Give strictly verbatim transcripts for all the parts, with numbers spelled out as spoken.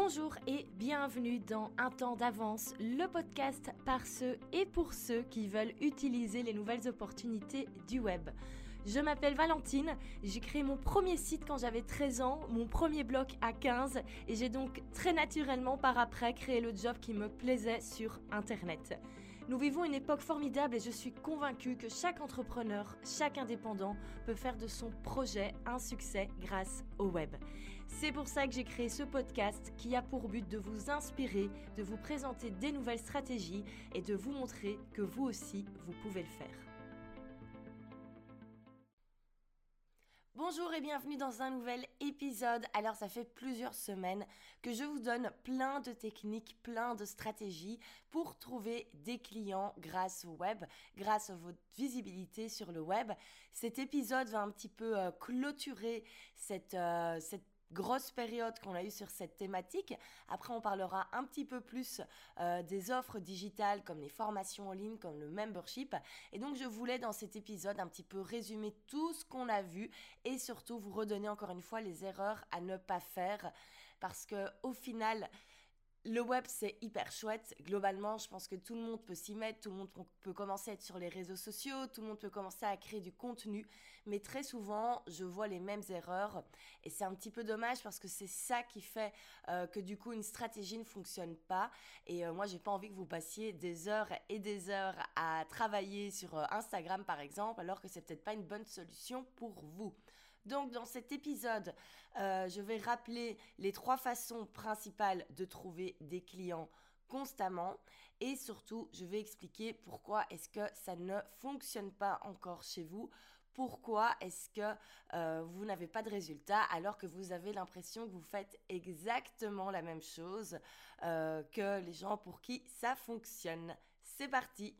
Bonjour et bienvenue dans Un temps d'avance, le podcast par ceux et pour ceux qui veulent utiliser les nouvelles opportunités du web. Je m'appelle Valentine, j'ai créé mon premier site quand j'avais treize ans, mon premier blog à quinze et j'ai donc très naturellement par après créé le job qui me plaisait sur Internet. Nous vivons une époque formidable et je suis convaincue que chaque entrepreneur, chaque indépendant peut faire de son projet un succès grâce au web. C'est pour ça que j'ai créé ce podcast qui a pour but de vous inspirer, de vous présenter des nouvelles stratégies et de vous montrer que vous aussi, vous pouvez le faire. Bonjour et bienvenue dans un nouvel épisode. Alors ça fait plusieurs semaines que je vous donne plein de techniques, plein de stratégies pour trouver des clients grâce au web, grâce à votre visibilité sur le web. Cet épisode va un petit peu euh, clôturer cette, euh, cette grosse période qu'on a eue sur cette thématique. Après, on parlera un petit peu plus euh, des offres digitales comme les formations en ligne, comme le membership. Et donc, je voulais dans cet épisode un petit peu résumer tout ce qu'on a vu et surtout vous redonner encore une fois les erreurs à ne pas faire parce que au final, le web, c'est hyper chouette. Globalement, je pense que tout le monde peut s'y mettre, tout le monde peut commencer à être sur les réseaux sociaux, tout le monde peut commencer à créer du contenu. Mais très souvent, je vois les mêmes erreurs et c'est un petit peu dommage parce que c'est ça qui fait euh, que du coup, une stratégie ne fonctionne pas. Et euh, moi, j'ai pas envie que vous passiez des heures et des heures à travailler sur euh, Instagram, par exemple, alors que c'est peut-être pas une bonne solution pour vous. Donc dans cet épisode, euh, je vais rappeler les trois façons principales de trouver des clients constamment et surtout, je vais expliquer pourquoi est-ce que ça ne fonctionne pas encore chez vous. Pourquoi est-ce que euh, vous n'avez pas de résultats alors que vous avez l'impression que vous faites exactement la même chose euh, que les gens pour qui ça fonctionne. C'est parti!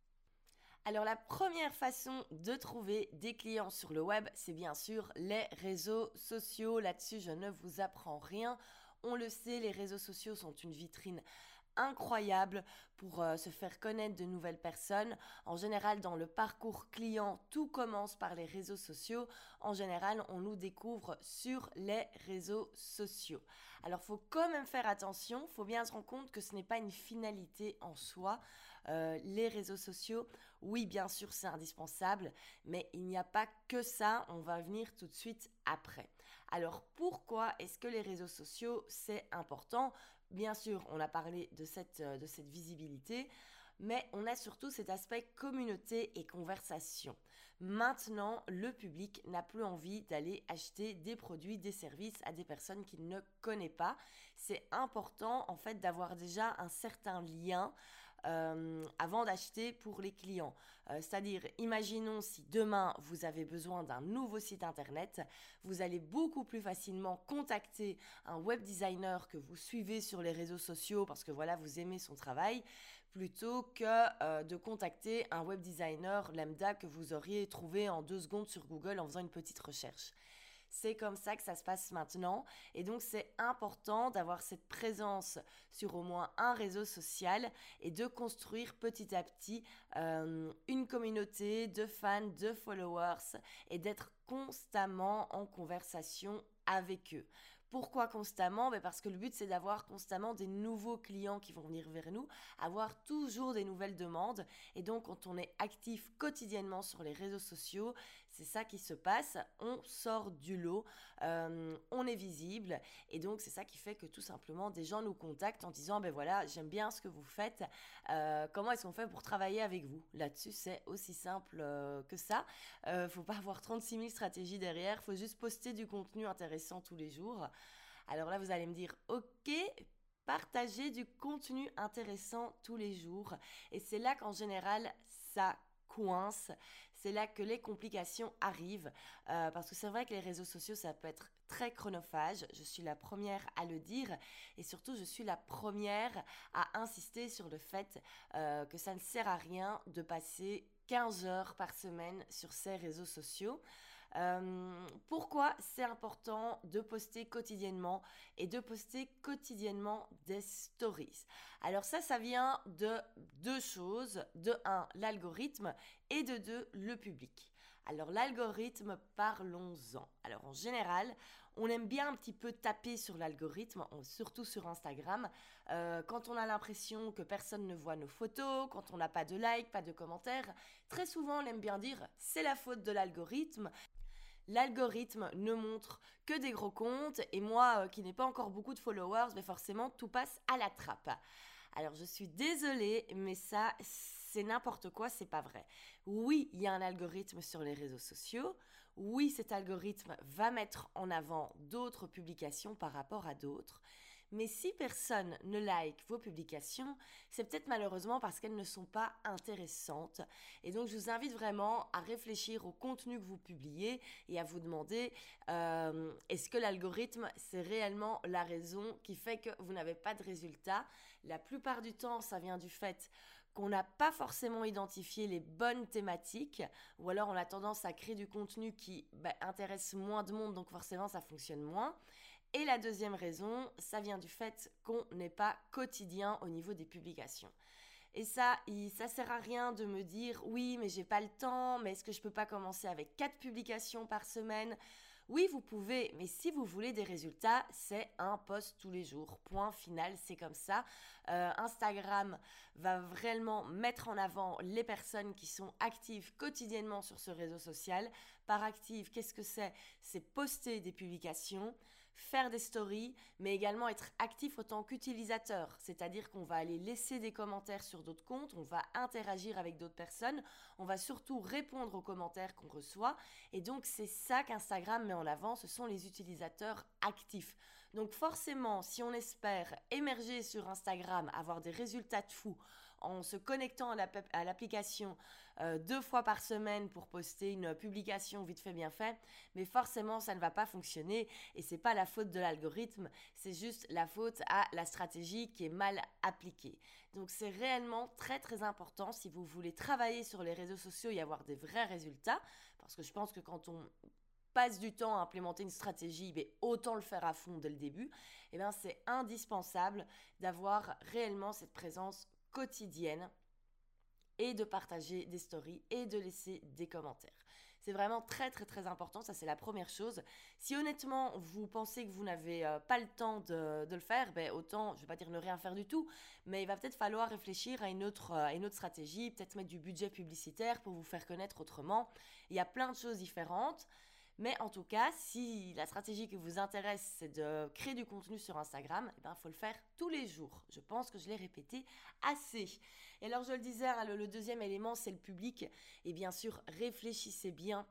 Alors la première façon de trouver des clients sur le web, c'est bien sûr les réseaux sociaux. Là-dessus, je ne vous apprends rien. On le sait, les réseaux sociaux sont une vitrine incroyable pour euh, se faire connaître de nouvelles personnes. En général, dans le parcours client, tout commence par les réseaux sociaux. En général, on nous découvre sur les réseaux sociaux. Alors, il faut quand même faire attention. Il faut bien se rendre compte que ce n'est pas une finalité en soi. Euh, les réseaux sociaux, oui, bien sûr, c'est indispensable, mais il n'y a pas que ça. On va venir tout de suite après. Alors, pourquoi est-ce que les réseaux sociaux, c'est important ? Bien sûr, on a parlé de cette, de cette visibilité, mais on a surtout cet aspect communauté et conversation. Maintenant, le public n'a plus envie d'aller acheter des produits, des services à des personnes qu'il ne connaît pas. C'est important, en fait, d'avoir déjà un certain lien Euh, avant d'acheter pour les clients. Euh, c'est-à-dire, imaginons si demain vous avez besoin d'un nouveau site internet, vous allez beaucoup plus facilement contacter un web designer que vous suivez sur les réseaux sociaux parce que voilà, vous aimez son travail, plutôt que euh, de contacter un web designer lambda que vous auriez trouvé en deux secondes sur Google en faisant une petite recherche. C'est comme ça que ça se passe maintenant et donc c'est important d'avoir cette présence sur au moins un réseau social et de construire petit à petit euh, une communauté de fans, de followers et d'être constamment en conversation avec eux. Pourquoi constamment ? Ben parce que le but, c'est d'avoir constamment des nouveaux clients qui vont venir vers nous, avoir toujours des nouvelles demandes. Et donc, quand on est actif quotidiennement sur les réseaux sociaux, c'est ça qui se passe. On sort du lot, euh, on est visible. Et donc, c'est ça qui fait que tout simplement, des gens nous contactent en disant, ben voilà, j'aime bien ce que vous faites. Euh, comment est-ce qu'on fait pour travailler avec vous ? Là-dessus, c'est aussi simple euh, que ça. Euh, faut pas avoir trente-six mille stratégies derrière. Faut juste poster du contenu intéressant tous les jours. Alors là, vous allez me dire, ok, partagez du contenu intéressant tous les jours. Et c'est là qu'en général, ça coince. C'est là que les complications arrivent. Euh, parce que c'est vrai que les réseaux sociaux, ça peut être très chronophage. Je suis la première à le dire. Et surtout, je suis la première à insister sur le fait euh, que ça ne sert à rien de passer quinze heures par semaine sur ces réseaux sociaux. Euh, pourquoi c'est important de poster quotidiennement et de poster quotidiennement des stories? Alors ça, ça vient de deux choses. De un, l'algorithme et de deux, le public. Alors l'algorithme, parlons-en. Alors en général, on aime bien un petit peu taper sur l'algorithme, surtout sur Instagram, euh, quand on a l'impression que personne ne voit nos photos, quand on n'a pas de likes, pas de commentaires. Très souvent, on aime bien dire c'est la faute de l'algorithme. L'algorithme ne montre que des gros comptes et moi euh, qui n'ai pas encore beaucoup de followers, mais forcément tout passe à la trappe. Alors je suis désolée, mais ça c'est n'importe quoi, c'est pas vrai. Oui, il y a un algorithme sur les réseaux sociaux. Oui, cet algorithme va mettre en avant d'autres publications par rapport à d'autres. Mais si personne ne like vos publications, c'est peut-être malheureusement parce qu'elles ne sont pas intéressantes. Et donc je vous invite vraiment à réfléchir au contenu que vous publiez et à vous demander euh, est-ce que l'algorithme c'est réellement la raison qui fait que vous n'avez pas de résultats. La plupart du temps, ça vient du fait qu'on n'a pas forcément identifié les bonnes thématiques, ou alors on a tendance à créer du contenu qui bah, intéresse moins de monde, donc forcément ça fonctionne moins. Et la deuxième raison, ça vient du fait qu'on n'est pas quotidien au niveau des publications. Et ça, il, ça sert à rien de me dire oui, mais j'ai pas le temps, mais est-ce que je peux pas commencer avec quatre publications par semaine ? Oui, vous pouvez, mais si vous voulez des résultats, c'est un post tous les jours. Point final, c'est comme ça. Euh, Instagram va vraiment mettre en avant les personnes qui sont actives quotidiennement sur ce réseau social. Par active, qu'est-ce que c'est ? C'est poster des publications, faire des stories, mais également être actif en tant qu'utilisateur. C'est-à-dire qu'on va aller laisser des commentaires sur d'autres comptes, on va interagir avec d'autres personnes, on va surtout répondre aux commentaires qu'on reçoit. Et donc, c'est ça qu'Instagram met en avant, ce sont les utilisateurs actifs. Donc forcément, si on espère émerger sur Instagram, avoir des résultats de fou, en se connectant à, l'app- à l'application euh, deux fois par semaine pour poster une publication vite fait bien fait, mais forcément ça ne va pas fonctionner et c'est pas la faute de l'algorithme, c'est juste la faute à la stratégie qui est mal appliquée. Donc c'est réellement très très important si vous voulez travailler sur les réseaux sociaux et avoir des vrais résultats, parce que je pense que quand on passe du temps à implémenter une stratégie, mais autant le faire à fond dès le début, et bien c'est indispensable d'avoir réellement cette présence quotidienne et de partager des stories et de laisser des commentaires. C'est vraiment très très très important, ça c'est la première chose. Si honnêtement vous pensez que vous n'avez euh, pas le temps de, de le faire, ben autant, je ne vais pas dire ne rien faire du tout, mais il va peut-être falloir réfléchir à une autre, euh, à une autre stratégie, peut-être mettre du budget publicitaire pour vous faire connaître autrement. Il y a plein de choses différentes. Mais en tout cas, si la stratégie qui vous intéresse, c'est de créer du contenu sur Instagram, il ben, faut le faire tous les jours. Je pense que je l'ai répété assez. Et alors, je le disais, hein, le, le deuxième élément, c'est le public. Et bien sûr, réfléchissez bien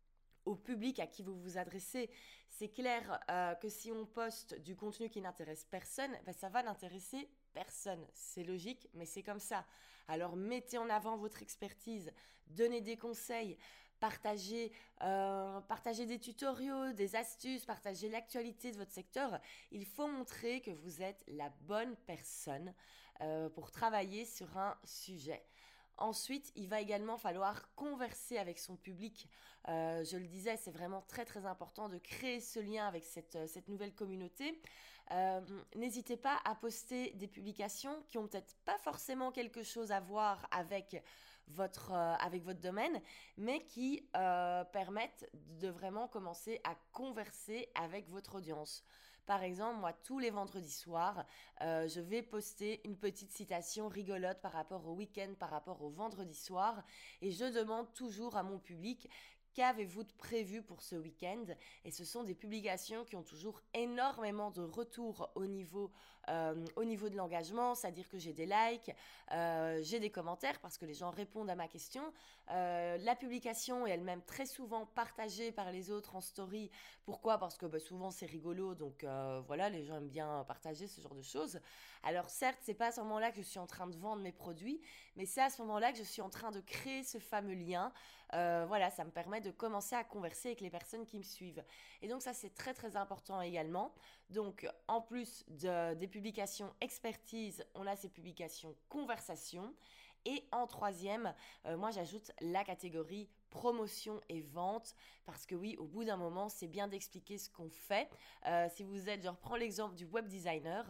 au public à qui vous vous adressez. C'est clair euh, que si on poste du contenu qui n'intéresse personne, ben, ça va n'intéresser personne. C'est logique, mais c'est comme ça. Alors, mettez en avant votre expertise, donnez des conseils, Partagez, euh, partagez des tutoriaux, des astuces, partagez l'actualité de votre secteur. Il faut montrer que vous êtes la bonne personne euh, pour travailler sur un sujet. Ensuite, il va également falloir converser avec son public. Euh, je le disais, c'est vraiment très très important de créer ce lien avec cette, cette nouvelle communauté. Euh, n'hésitez pas à poster des publications qui ont peut-être pas forcément quelque chose à voir avec votre, euh, avec votre domaine, mais qui euh, permettent de vraiment commencer à converser avec votre audience. Par exemple, moi, tous les vendredis soirs, euh, je vais poster une petite citation rigolote par rapport au week-end, par rapport au vendredi soir, et je demande toujours à mon public qu'avez-vous de prévu pour ce week-end ? Et ce sont des publications qui ont toujours énormément de retours au niveau, euh, au niveau de l'engagement, c'est-à-dire que j'ai des likes, euh, j'ai des commentaires parce que les gens répondent à ma question. Euh, la publication est elle-même très souvent partagée par les autres en story. Pourquoi ? Parce que bah, souvent c'est rigolo, donc euh, voilà, les gens aiment bien partager ce genre de choses. Alors certes, c'est pas à ce moment-là que je suis en train de vendre mes produits, mais c'est à ce moment-là que je suis en train de créer ce fameux lien. Euh, voilà, ça me permet de commencer à converser avec les personnes qui me suivent. Et donc ça, c'est très très important également. Donc en plus de, des publications expertise, on a ces publications conversation. Et en troisième, euh, moi j'ajoute la catégorie promotion et vente, parce que oui, au bout d'un moment, c'est bien d'expliquer ce qu'on fait. Euh, si vous êtes, je reprends l'exemple du web designer,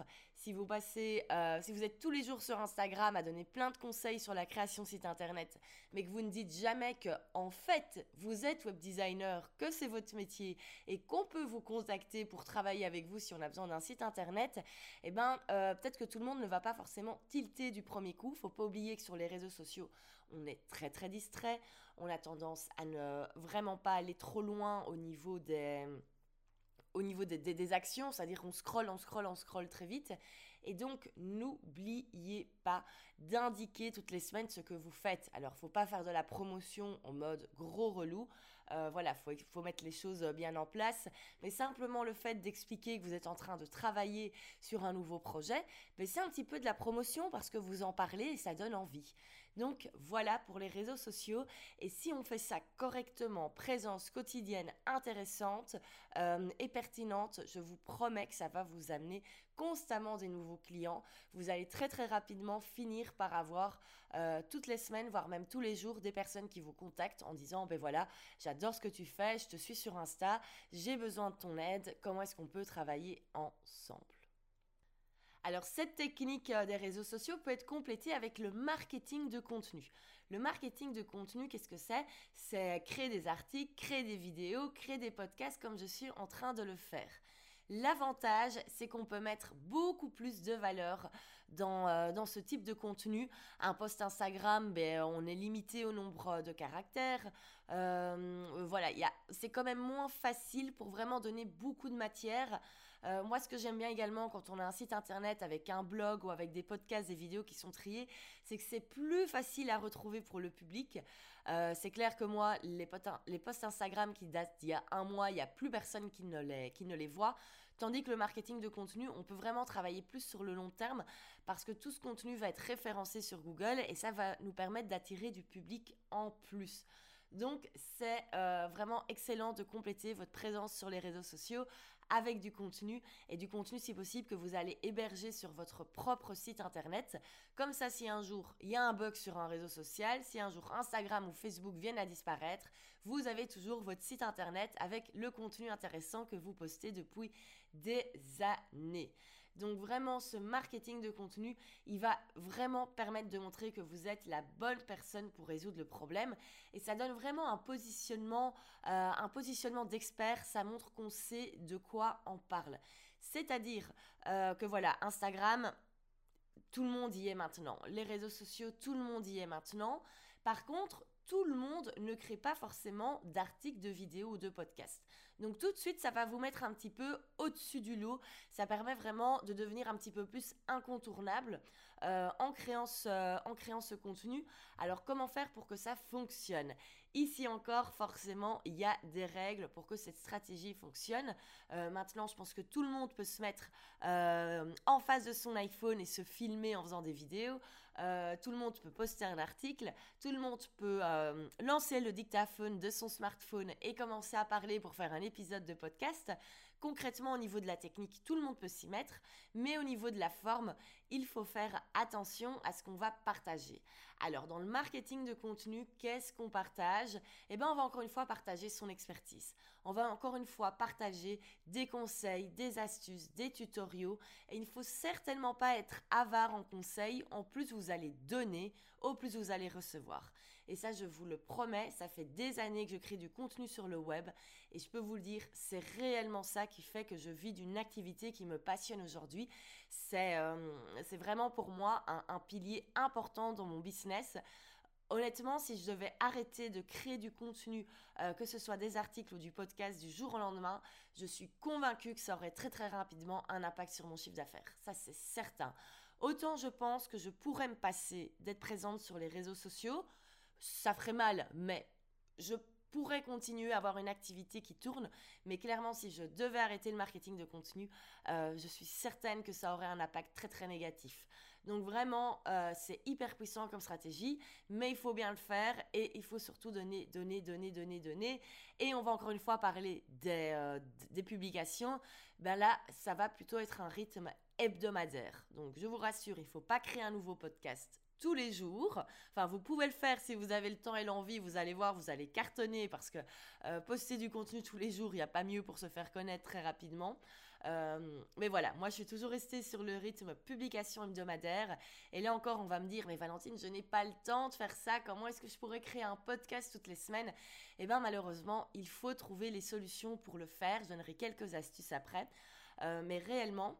si vous passez, euh, si vous êtes tous les jours sur Instagram à donner plein de conseils sur la création de site internet, mais que vous ne dites jamais que, en fait, vous êtes web designer, que c'est votre métier et qu'on peut vous contacter pour travailler avec vous si on a besoin d'un site internet, eh ben, euh, peut-être que tout le monde ne va pas forcément tilter du premier coup. Faut pas oublier que sur les réseaux sociaux, on est très très distrait. On a tendance à ne vraiment pas aller trop loin au niveau des au niveau des, des, des actions, c'est-à-dire qu'on scrolle, on scrolle, on scrolle très vite. Et donc, n'oubliez pas d'indiquer toutes les semaines ce que vous faites. Alors, il ne faut pas faire de la promotion en mode gros relou. Euh, voilà, il faut, faut mettre les choses bien en place. Mais simplement le fait d'expliquer que vous êtes en train de travailler sur un nouveau projet, mais c'est un petit peu de la promotion parce que vous en parlez et ça donne envie. Donc voilà pour les réseaux sociaux, et si on fait ça correctement, présence quotidienne intéressante euh, et pertinente, je vous promets que ça va vous amener constamment des nouveaux clients. Vous allez très très rapidement finir par avoir euh, toutes les semaines, voire même tous les jours, des personnes qui vous contactent en disant ben voilà, j'adore ce que tu fais, je te suis sur Insta, j'ai besoin de ton aide, comment est-ce qu'on peut travailler ensemble? Alors, cette technique des réseaux sociaux peut être complétée avec le marketing de contenu. Le marketing de contenu, qu'est-ce que c'est? C'est créer des articles, créer des vidéos, créer des podcasts comme je suis en train de le faire. L'avantage, c'est qu'on peut mettre beaucoup plus de valeur dans, euh, dans ce type de contenu. Un post Instagram, ben, on est limité au nombre de caractères. Euh, voilà, y a, c'est quand même moins facile pour vraiment donner beaucoup de matière. Euh, moi, ce que j'aime bien également quand on a un site internet avec un blog ou avec des podcasts, des vidéos qui sont triés, c'est que c'est plus facile à retrouver pour le public. Euh, c'est clair que moi, les, pot- les posts Instagram qui datent d'il y a un mois, il n'y a plus personne qui ne, les, qui ne les voit. Tandis que le marketing de contenu, on peut vraiment travailler plus sur le long terme parce que tout ce contenu va être référencé sur Google et ça va nous permettre d'attirer du public en plus. Donc, c'est euh, vraiment excellent de compléter votre présence sur les réseaux sociaux avec du contenu, et du contenu si possible que vous allez héberger sur votre propre site internet. Comme ça, si un jour il y a un bug sur un réseau social, si un jour Instagram ou Facebook viennent à disparaître, vous avez toujours votre site internet avec le contenu intéressant que vous postez depuis des années. Donc vraiment, ce marketing de contenu, il va vraiment permettre de montrer que vous êtes la bonne personne pour résoudre le problème. Et ça donne vraiment un positionnement, euh, un positionnement d'expert. Ça montre qu'on sait de quoi on parle. C'est-à-dire euh, que voilà, Instagram, tout le monde y est maintenant. Les réseaux sociaux, tout le monde y est maintenant. Par contre, tout le monde ne crée pas forcément d'articles, de vidéos ou de podcasts. Donc tout de suite, ça va vous mettre un petit peu au-dessus du lot. Ça permet vraiment de devenir un petit peu plus incontournable euh, en, créant ce, en créant ce contenu. Alors comment faire pour que ça fonctionne? Ici encore, forcément, il y a des règles pour que cette stratégie fonctionne. Euh, maintenant, je pense que tout le monde peut se mettre euh, en face de son iPhone et se filmer en faisant des vidéos. Euh, tout le monde peut poster un article, tout le monde peut euh, lancer le dictaphone de son smartphone et commencer à parler pour faire un épisode de podcast. Concrètement, au niveau de la technique, tout le monde peut s'y mettre, mais au niveau de la forme, il faut faire attention à ce qu'on va partager. Alors, dans le marketing de contenu, qu'est-ce qu'on partage? Eh bien, on va encore une fois partager son expertise. On va encore une fois partager des conseils, des astuces, des tutoriaux. Et il ne faut certainement pas être avare en conseils. En plus, vous allez donner, au plus vous allez recevoir. Et ça, je vous le promets, ça fait des années que je crée du contenu sur le web. Et je peux vous le dire, c'est réellement ça qui fait que je vis d'une activité qui me passionne aujourd'hui. C'est, euh, c'est vraiment pour moi un, un pilier important dans mon business. Honnêtement, si je devais arrêter de créer du contenu, euh, que ce soit des articles ou du podcast du jour au lendemain, je suis convaincue que ça aurait très très rapidement un impact sur mon chiffre d'affaires. Ça, c'est certain. Autant je pense que je pourrais me passer d'être présente sur les réseaux sociaux, ça ferait mal, mais je pourrais continuer à avoir une activité qui tourne, mais clairement, si je devais arrêter le marketing de contenu, euh, je suis certaine que ça aurait un impact très très négatif. Donc vraiment, euh, c'est hyper puissant comme stratégie, mais il faut bien le faire et il faut surtout donner, donner, donner, donner, donner. Et on va encore une fois parler des, euh, des publications. Ben là, ça va plutôt être un rythme hebdomadaire. Donc je vous rassure, il ne faut pas créer un nouveau podcast tous les jours. Enfin, vous pouvez le faire si vous avez le temps et l'envie. Vous allez voir, vous allez cartonner parce que euh, poster du contenu tous les jours, il n'y a pas mieux pour se faire connaître très rapidement. Euh, mais voilà, moi je suis toujours restée sur le rythme publication hebdomadaire. Et là encore, on va me dire, mais Valentine, je n'ai pas le temps de faire ça. Comment est-ce que je pourrais créer un podcast toutes les semaines? Eh bien malheureusement, il faut trouver les solutions pour le faire. Je donnerai quelques astuces après. Euh, mais réellement,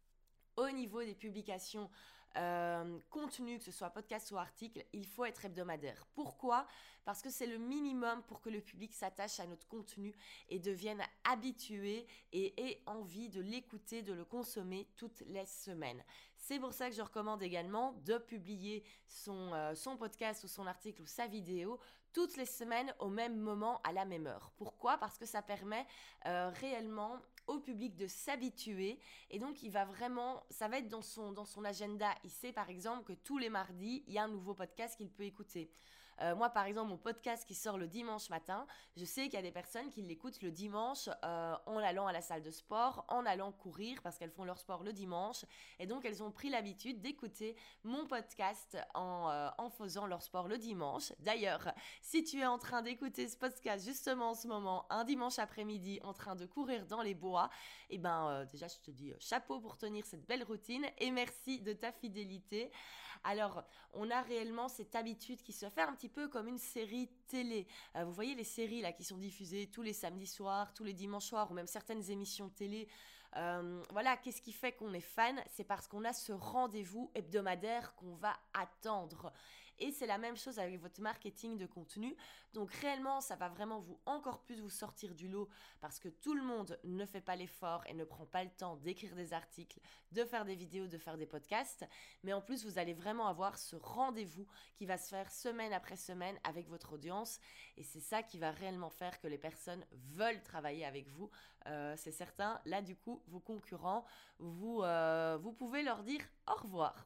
au niveau des publications euh, contenu, que ce soit podcast ou article, il faut être hebdomadaire. Pourquoi? Parce que c'est le minimum pour que le public s'attache à notre contenu et devienne habitué et ait envie de l'écouter, de le consommer toutes les semaines. C'est pour ça que je recommande également de publier son, euh, son podcast ou son article ou sa vidéo toutes les semaines au même moment, à la même heure. Pourquoi? Parce que ça permet euh, réellement au public de s'habituer et donc il va vraiment, ça va être dans son, dans son agenda. Il sait par exemple que tous les mardis, il y a un nouveau podcast qu'il peut écouter. Euh, moi, par exemple, mon podcast qui sort le dimanche matin, je sais qu'il y a des personnes qui l'écoutent le dimanche euh, en allant à la salle de sport, en allant courir parce qu'elles font leur sport le dimanche. Et donc, elles ont pris l'habitude d'écouter mon podcast en, euh, en faisant leur sport le dimanche. D'ailleurs, si tu es en train d'écouter ce podcast justement en ce moment, un dimanche après-midi, en train de courir dans les bois, eh ben, euh, déjà, je te dis euh, chapeau pour tenir cette belle routine et merci de ta fidélité. Alors, on a réellement cette habitude qui se fait un petit peu comme une série télé. Euh, vous voyez les séries là qui sont diffusées tous les samedis soirs, tous les dimanches soirs ou même certaines émissions télé. Euh, voilà, qu'est-ce qui fait qu'on est fan? C'est parce qu'on a ce rendez-vous hebdomadaire qu'on va attendre. Et c'est la même chose avec votre marketing de contenu. Donc réellement, ça va vraiment vous encore plus vous sortir du lot parce que tout le monde ne fait pas l'effort et ne prend pas le temps d'écrire des articles, de faire des vidéos, de faire des podcasts. Mais en plus, vous allez vraiment avoir ce rendez-vous qui va se faire semaine après semaine avec votre audience. Et c'est ça qui va réellement faire que les personnes veulent travailler avec vous. Euh, c'est certain. Là, du coup, vos concurrents, vous, euh, vous pouvez leur dire au revoir.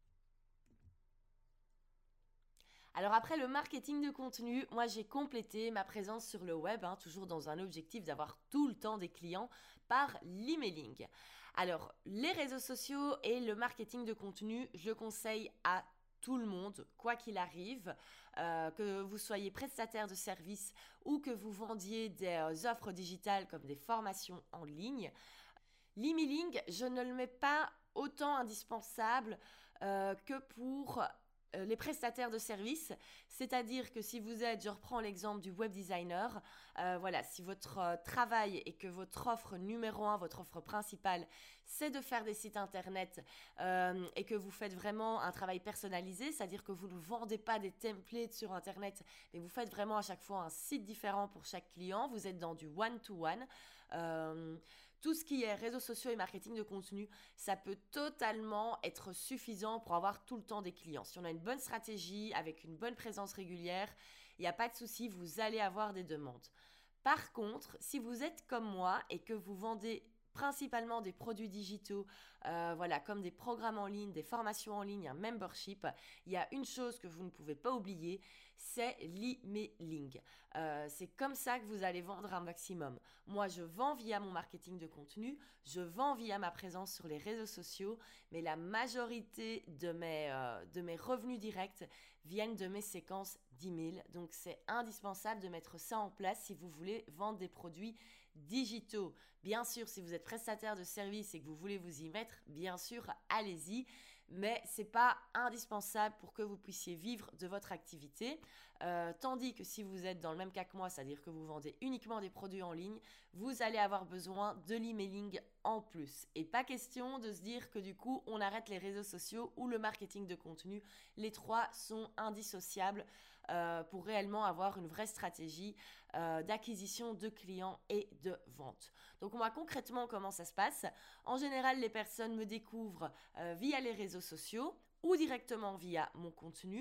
Alors après le marketing de contenu, moi j'ai complété ma présence sur le web, hein, toujours dans un objectif d'avoir tout le temps des clients, par l'emailing. Alors les réseaux sociaux et le marketing de contenu, je conseille à tout le monde, quoi qu'il arrive, euh, que vous soyez prestataire de services ou que vous vendiez des euh, offres digitales comme des formations en ligne. L'emailing, je ne le mets pas autant indispensable euh, que pour euh, les prestataires de services, c'est-à-dire que si vous êtes, je reprends l'exemple du web designer, euh, voilà, si votre euh, travail et que votre offre numéro un, votre offre principale, c'est de faire des sites internet euh, et que vous faites vraiment un travail personnalisé, c'est-à-dire que vous ne vendez pas des templates sur internet, mais vous faites vraiment à chaque fois un site différent pour chaque client, vous êtes dans du one-to-one. Euh, Tout ce qui est réseaux sociaux et marketing de contenu, ça peut totalement être suffisant pour avoir tout le temps des clients. Si on a une bonne stratégie, avec une bonne présence régulière, il n'y a pas de souci, vous allez avoir des demandes. Par contre, si vous êtes comme moi et que vous vendez principalement des produits digitaux, euh, voilà, comme des programmes en ligne, des formations en ligne, un membership, il y a une chose que vous ne pouvez pas oublier, c'est l'emailing. Euh, c'est comme ça que vous allez vendre un maximum. Moi, je vends via mon marketing de contenu, je vends via ma présence sur les réseaux sociaux, mais la majorité de mes, euh, de mes revenus directs viennent de mes séquences d'email. Donc, c'est indispensable de mettre ça en place si vous voulez vendre des produits digitaux. Bien sûr, si vous êtes prestataire de service et que vous voulez vous y mettre, bien sûr, allez-y. Mais ce n'est pas indispensable pour que vous puissiez vivre de votre activité. Euh, tandis que si vous êtes dans le même cas que moi, c'est-à-dire que vous vendez uniquement des produits en ligne, vous allez avoir besoin de l'emailing en plus. Et pas question de se dire que du coup, on arrête les réseaux sociaux ou le marketing de contenu. Les trois sont indissociables euh, pour réellement avoir une vraie stratégie euh, d'acquisition de clients et de vente. Donc moi concrètement comment ça se passe? En général les personnes me découvrent euh, via les réseaux sociaux ou directement via mon contenu.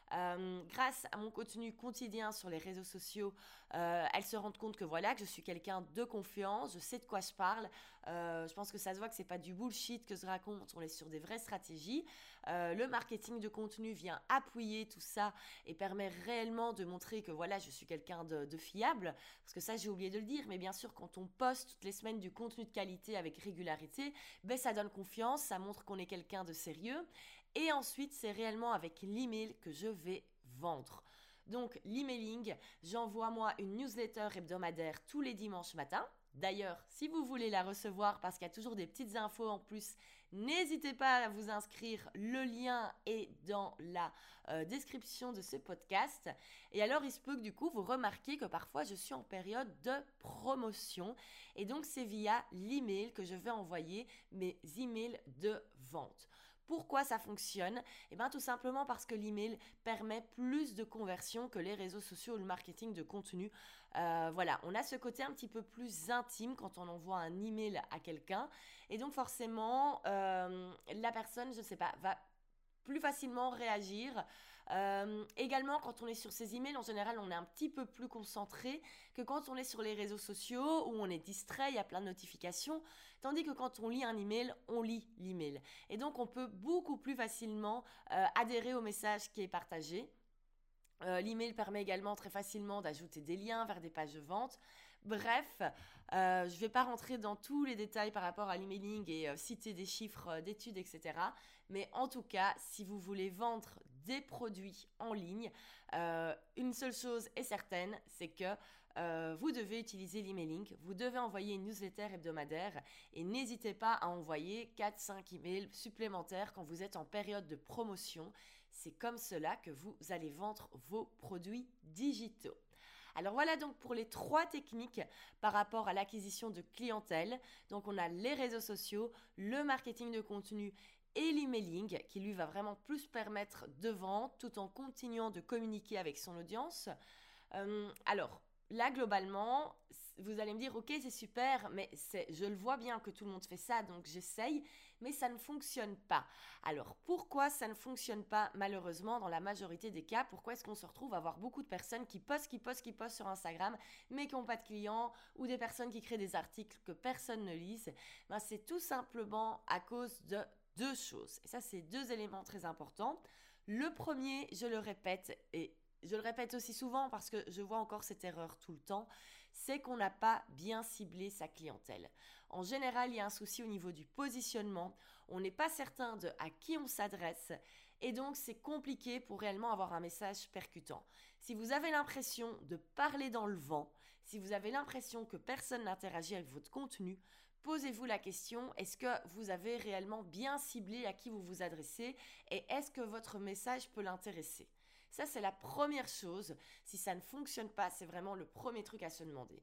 Euh, grâce à mon contenu quotidien sur les réseaux sociaux, euh, elles se rendent compte que voilà, que je suis quelqu'un de confiance, je sais de quoi je parle. Euh, je pense que ça se voit que c'est pas du bullshit que je raconte, on est sur des vraies stratégies. Euh, le marketing de contenu vient appuyer tout ça et permet réellement de montrer que voilà, je suis quelqu'un de, de fiable. Parce que ça, j'ai oublié de le dire, mais bien sûr, quand on poste toutes les semaines du contenu de qualité avec régularité, ben ça donne confiance, ça montre qu'on est quelqu'un de sérieux. Et ensuite, c'est réellement avec l'email que je vais vendre. Donc, l'emailing, j'envoie moi une newsletter hebdomadaire tous les dimanches matins. D'ailleurs, si vous voulez la recevoir parce qu'il y a toujours des petites infos en plus, n'hésitez pas à vous inscrire. Le lien est dans la euh, description de ce podcast. Et alors, il se peut que du coup, vous remarquez que parfois, je suis en période de promotion. Et donc, c'est via l'email que je vais envoyer mes emails de vente. Pourquoi ça fonctionne? Eh bien, tout simplement parce que l'email permet plus de conversion que les réseaux sociaux ou le marketing de contenu. Euh, voilà, on a ce côté un petit peu plus intime quand on envoie un email à quelqu'un. Et donc, forcément, euh, la personne, je ne sais pas, va plus facilement réagir. Euh, également, quand on est sur ces emails, en général, on est un petit peu plus concentré que quand on est sur les réseaux sociaux où on est distrait, il y a plein de notifications. Tandis que quand on lit un email, on lit l'email. Et donc, on peut beaucoup plus facilement euh, adhérer au message qui est partagé. Euh, l'email permet également très facilement d'ajouter des liens vers des pages de vente. Bref, euh, je ne vais pas rentrer dans tous les détails par rapport à l'emailing et euh, citer des chiffres euh, d'études, et cetera. Mais en tout cas, si vous voulez vendre des produits en ligne, euh, une seule chose est certaine, c'est que euh, vous devez utiliser l'emailing, vous devez envoyer une newsletter hebdomadaire et n'hésitez pas à envoyer quatre cinq emails supplémentaires quand vous êtes en période de promotion. C'est comme cela que vous allez vendre vos produits digitaux. Alors voilà donc pour les trois techniques par rapport à l'acquisition de clientèle. Donc on a les réseaux sociaux, le marketing de contenu et l'emailing qui lui va vraiment plus permettre de vendre tout en continuant de communiquer avec son audience. Euh, alors là globalement, vous allez me dire ok c'est super mais c'est, je le vois bien que tout le monde fait ça donc j'essaye mais ça ne fonctionne pas. Alors pourquoi ça ne fonctionne pas malheureusement dans la majorité des cas? Pourquoi est-ce qu'on se retrouve à avoir beaucoup de personnes qui postent, qui postent, qui postent sur Instagram mais qui n'ont pas de clients ou des personnes qui créent des articles que personne ne lise? Ben, c'est tout simplement à cause de deux choses. Et ça c'est deux éléments très importants. Le premier, je le répète et je le répète aussi souvent parce que je vois encore cette erreur tout le temps, c'est qu'on n'a pas bien ciblé sa clientèle. En général, il y a un souci au niveau du positionnement, on n'est pas certain de à qui on s'adresse et donc c'est compliqué pour réellement avoir un message percutant. Si vous avez l'impression de parler dans le vent, si vous avez l'impression que personne n'interagit avec votre contenu, posez-vous la question, est-ce que vous avez réellement bien ciblé à qui vous vous adressez et est-ce que votre message peut l'intéresser? Ça, c'est la première chose. Si ça ne fonctionne pas, c'est vraiment le premier truc à se demander.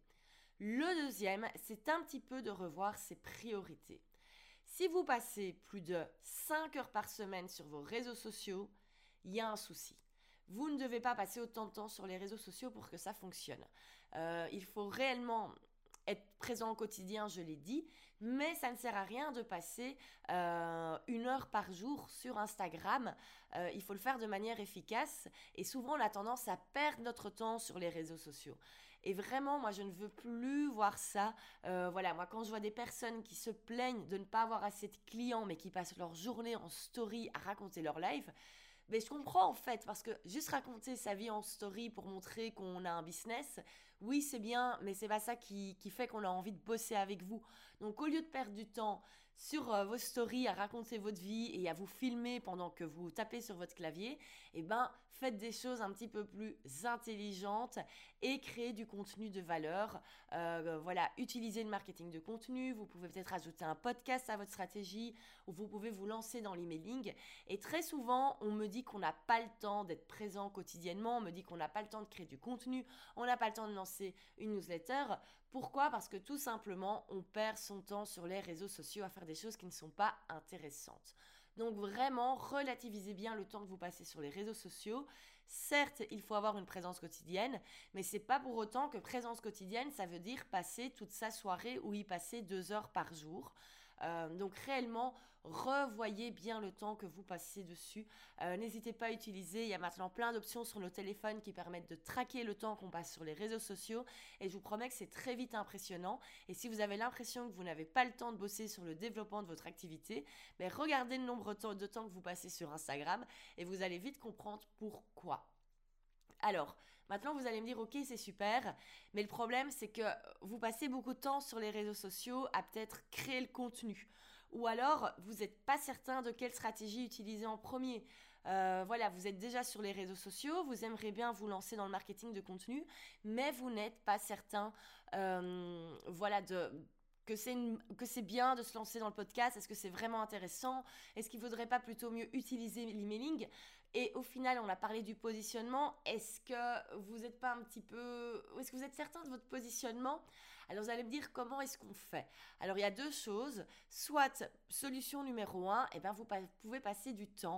Le deuxième, c'est un petit peu de revoir ses priorités. Si vous passez plus de cinq heures par semaine sur vos réseaux sociaux, il y a un souci. Vous ne devez pas passer autant de temps sur les réseaux sociaux pour que ça fonctionne. Euh, il faut réellement être présent au quotidien, je l'ai dit, mais ça ne sert à rien de passer euh, une heure par jour sur Instagram. Euh, il faut le faire de manière efficace et souvent on a tendance à perdre notre temps sur les réseaux sociaux. Et vraiment, moi, je ne veux plus voir ça. Euh, voilà, moi, quand je vois des personnes qui se plaignent de ne pas avoir assez de clients, mais qui passent leur journée en story à raconter leur life, mais je comprends en fait, parce que juste raconter sa vie en story pour montrer qu'on a un business, oui c'est bien, mais c'est pas ça qui, qui fait qu'on a envie de bosser avec vous. Donc au lieu de perdre du temps sur euh, vos stories à raconter votre vie et à vous filmer pendant que vous tapez sur votre clavier, eh ben faites des choses un petit peu plus intelligentes et créez du contenu de valeur. Euh, voilà, utilisez le marketing de contenu, vous pouvez peut-être ajouter un podcast à votre stratégie ou vous pouvez vous lancer dans l'emailing. Et très souvent, on me dit qu'on n'a pas le temps d'être présent quotidiennement, on me dit qu'on n'a pas le temps de créer du contenu, on n'a pas le temps de lancer une newsletter. Pourquoi? Parce que tout simplement, on perd son temps sur les réseaux sociaux à faire des choses qui ne sont pas intéressantes. Donc vraiment, relativisez bien le temps que vous passez sur les réseaux sociaux. Certes, il faut avoir une présence quotidienne, mais c'est pas pour autant que présence quotidienne, ça veut dire passer toute sa soirée ou y passer deux heures par jour. Euh, donc réellement, revoyez bien le temps que vous passez dessus. Euh, n'hésitez pas à utiliser, il y a maintenant plein d'options sur nos téléphones qui permettent de traquer le temps qu'on passe sur les réseaux sociaux et je vous promets que c'est très vite impressionnant. Et si vous avez l'impression que vous n'avez pas le temps de bosser sur le développement de votre activité, mais regardez le nombre de temps que vous passez sur Instagram et vous allez vite comprendre pourquoi. Alors, maintenant vous allez me dire ok c'est super, mais le problème c'est que vous passez beaucoup de temps sur les réseaux sociaux à peut-être créer le contenu. Ou alors, vous n'êtes pas certain de quelle stratégie utiliser en premier. Euh, voilà, vous êtes déjà sur les réseaux sociaux, vous aimeriez bien vous lancer dans le marketing de contenu, mais vous n'êtes pas certain euh, voilà, de, que, c'est une, que c'est bien de se lancer dans le podcast. Est-ce que c'est vraiment intéressant? Est-ce qu'il ne faudrait pas plutôt mieux utiliser l'emailing? Et au final, on a parlé du positionnement. Est-ce que vous n'êtes pas un petit peu... Est-ce que vous êtes certain de votre positionnement? Alors, vous allez me dire comment est-ce qu'on fait? Alors, il y a deux choses. Soit, solution numéro un, eh bien, vous pouvez passer du temps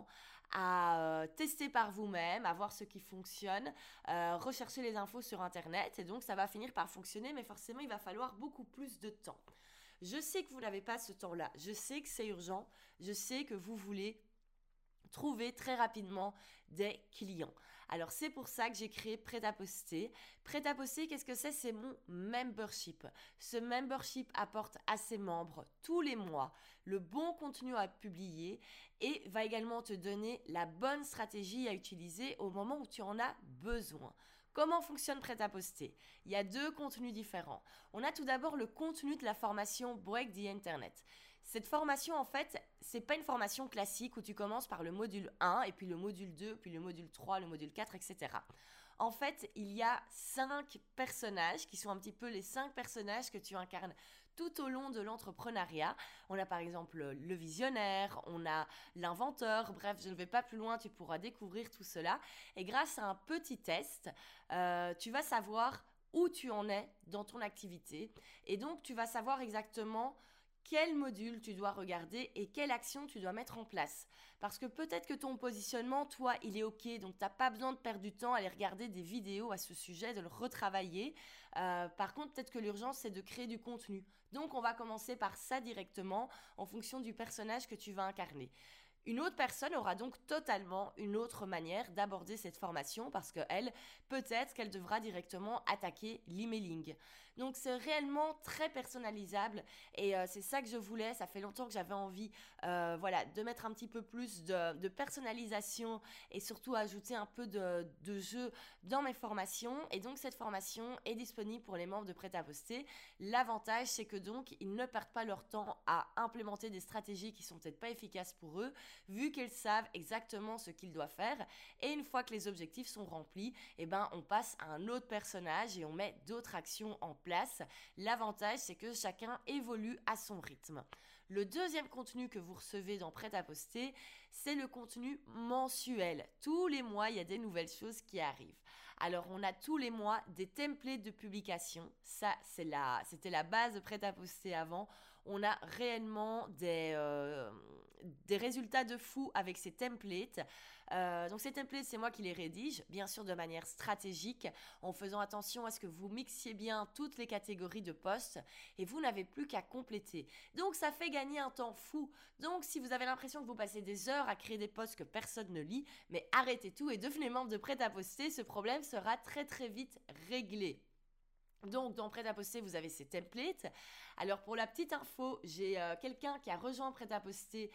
à euh, tester par vous-même, à voir ce qui fonctionne, euh, rechercher les infos sur Internet. Et donc, ça va finir par fonctionner, mais forcément, il va falloir beaucoup plus de temps. Je sais que vous n'avez pas ce temps-là. Je sais que c'est urgent. Je sais que vous voulez trouver très rapidement des clients. Alors c'est pour ça que j'ai créé Prêt-à-Poster. Prêt-à-Poster, qu'est-ce que c'est? C'est mon membership. Ce membership apporte à ses membres tous les mois le bon contenu à publier et va également te donner la bonne stratégie à utiliser au moment où tu en as besoin. Comment fonctionne Prêt-à-Poster? Il y a deux contenus différents. On a tout d'abord le contenu de la formation Break the Internet. Cette formation, en fait, c'est pas une formation classique où tu commences par le module un, et puis le module deux, puis le module trois, le module quatre, et cetera. En fait, il y a cinq personnages qui sont un petit peu les cinq personnages que tu incarnes tout au long de l'entrepreneuriat. On a par exemple le visionnaire, on a l'inventeur, bref, je ne vais pas plus loin, tu pourras découvrir tout cela. Et grâce à un petit test, euh, tu vas savoir où tu en es dans ton activité. Et donc, tu vas savoir exactement quel module tu dois regarder et quelle action tu dois mettre en place. Parce que peut-être que ton positionnement, toi, il est ok, donc tu n'as pas besoin de perdre du temps à aller regarder des vidéos à ce sujet, de le retravailler. Euh, par contre, peut-être que l'urgence, c'est de créer du contenu. Donc, on va commencer par ça directement en fonction du personnage que tu vas incarner. Une autre personne aura donc totalement une autre manière d'aborder cette formation parce qu'elle, peut-être qu'elle devra directement attaquer l'emailing. Donc c'est réellement très personnalisable et euh, c'est ça que je voulais. Ça fait longtemps que j'avais envie euh, voilà, de mettre un petit peu plus de, de personnalisation et surtout ajouter un peu de, de jeu dans mes formations. Et donc cette formation est disponible pour les membres de Prêt-à-Poster. L'avantage, c'est que donc ils ne perdent pas leur temps à implémenter des stratégies qui sont peut-être pas efficaces pour eux, vu qu'ils savent exactement ce qu'ils doivent faire. Et une fois que les objectifs sont remplis, eh ben, on passe à un autre personnage et on met d'autres actions en place. L'avantage, c'est que chacun évolue à son rythme. Le deuxième contenu que vous recevez dans Prêt-à-Poster, c'est le contenu mensuel. Tous les mois, il y a des nouvelles choses qui arrivent. Alors, on a tous les mois des templates de publication. Ça, c'est la, c'était la base de Prêt-à-Poster avant. On a réellement des, euh, des résultats de fou avec ces templates. Euh, donc ces templates, c'est moi qui les rédige, bien sûr de manière stratégique, en faisant attention à ce que vous mixiez bien toutes les catégories de postes et vous n'avez plus qu'à compléter. Donc ça fait gagner un temps fou. Donc si vous avez l'impression que vous passez des heures à créer des posts que personne ne lit, mais arrêtez tout et devenez membre de Prêt-à-Poster, ce problème sera très très vite réglé. Donc, dans Prêt-à-Poster, vous avez ces templates. Alors, pour la petite info, j'ai euh, quelqu'un qui a rejoint Prêt-à-Poster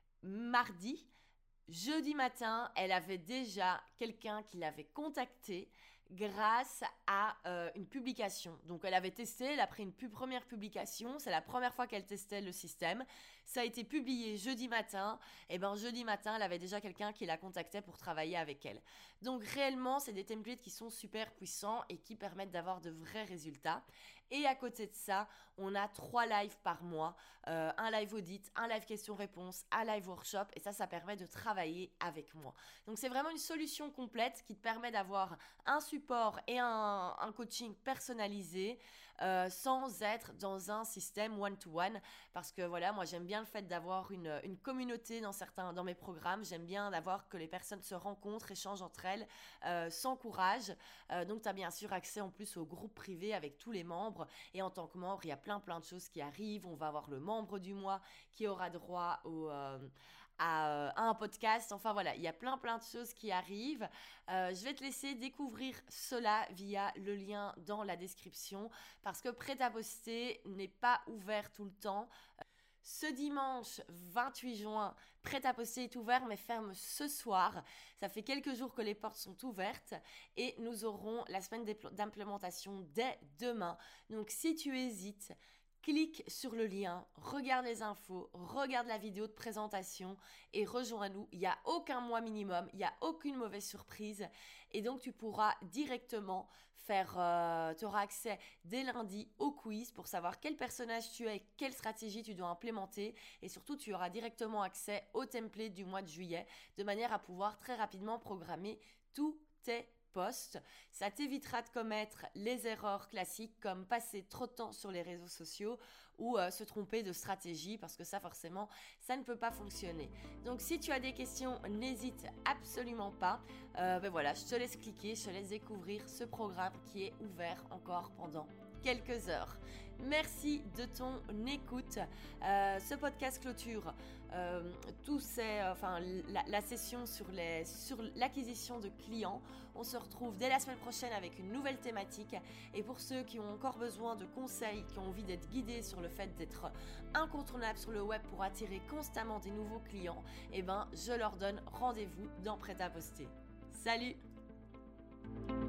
mardi. Jeudi matin, elle avait déjà quelqu'un qui l'avait contactée grâce à euh, une publication. Donc, elle avait testé, elle a pris une pu- première publication. C'est la première fois qu'elle testait le système. Ça a été publié jeudi matin. Et bien, jeudi matin, elle avait déjà quelqu'un qui la contactait pour travailler avec elle. Donc, réellement, c'est des templates qui sont super puissants et qui permettent d'avoir de vrais résultats. Et à côté de ça, on a trois lives par mois. Euh, un live audit, un live question-réponse, un live workshop. Et ça, ça permet de travailler avec moi. Donc, c'est vraiment une solution complète qui te permet d'avoir un support et un, un coaching personnalisé euh, sans être dans un système one-to-one. Parce que voilà, moi j'aime bien le fait d'avoir une, une communauté dans certains, dans mes programmes. J'aime bien d'avoir que les personnes se rencontrent, échangent entre elles, euh, s'encouragent. Euh, donc tu as bien sûr accès en plus au groupe privé avec tous les membres. Et en tant que membre, il y a plein plein de choses qui arrivent. On va avoir le membre du mois qui aura droit au... Euh, À, à un podcast, enfin voilà, il y a plein plein de choses qui arrivent. Euh, je vais te laisser découvrir cela via le lien dans la description parce que Prêt-à-Poster n'est pas ouvert tout le temps. Ce dimanche vingt-huit juin, Prêt-à-Poster est ouvert mais ferme ce soir. Ça fait quelques jours que les portes sont ouvertes et nous aurons la semaine d'implémentation dès demain. Donc si tu hésites, clique sur le lien, regarde les infos, regarde la vidéo de présentation et rejoins-nous. Il n'y a aucun mois minimum, il n'y a aucune mauvaise surprise et donc tu pourras directement faire, euh, tu auras accès dès lundi au quiz pour savoir quel personnage tu es, quelle stratégie tu dois implémenter et surtout tu auras directement accès au template du mois de juillet de manière à pouvoir très rapidement programmer tous tes post, ça t'évitera de commettre les erreurs classiques comme passer trop de temps sur les réseaux sociaux ou euh, se tromper de stratégie parce que ça forcément ça ne peut pas fonctionner. Donc si tu as des questions, n'hésite absolument pas. Euh, ben voilà, je te laisse cliquer, je te laisse découvrir ce programme qui est ouvert encore pendant quelques heures. Merci de ton écoute. Euh, ce podcast clôture euh, tous ces, euh, enfin, la, la session sur, les, sur l'acquisition de clients. On se retrouve dès la semaine prochaine avec une nouvelle thématique. Et pour ceux qui ont encore besoin de conseils, qui ont envie d'être guidés sur le fait d'être incontournable sur le web pour attirer constamment des nouveaux clients, eh ben, je leur donne rendez-vous dans Prêt-à-Poster. Salut!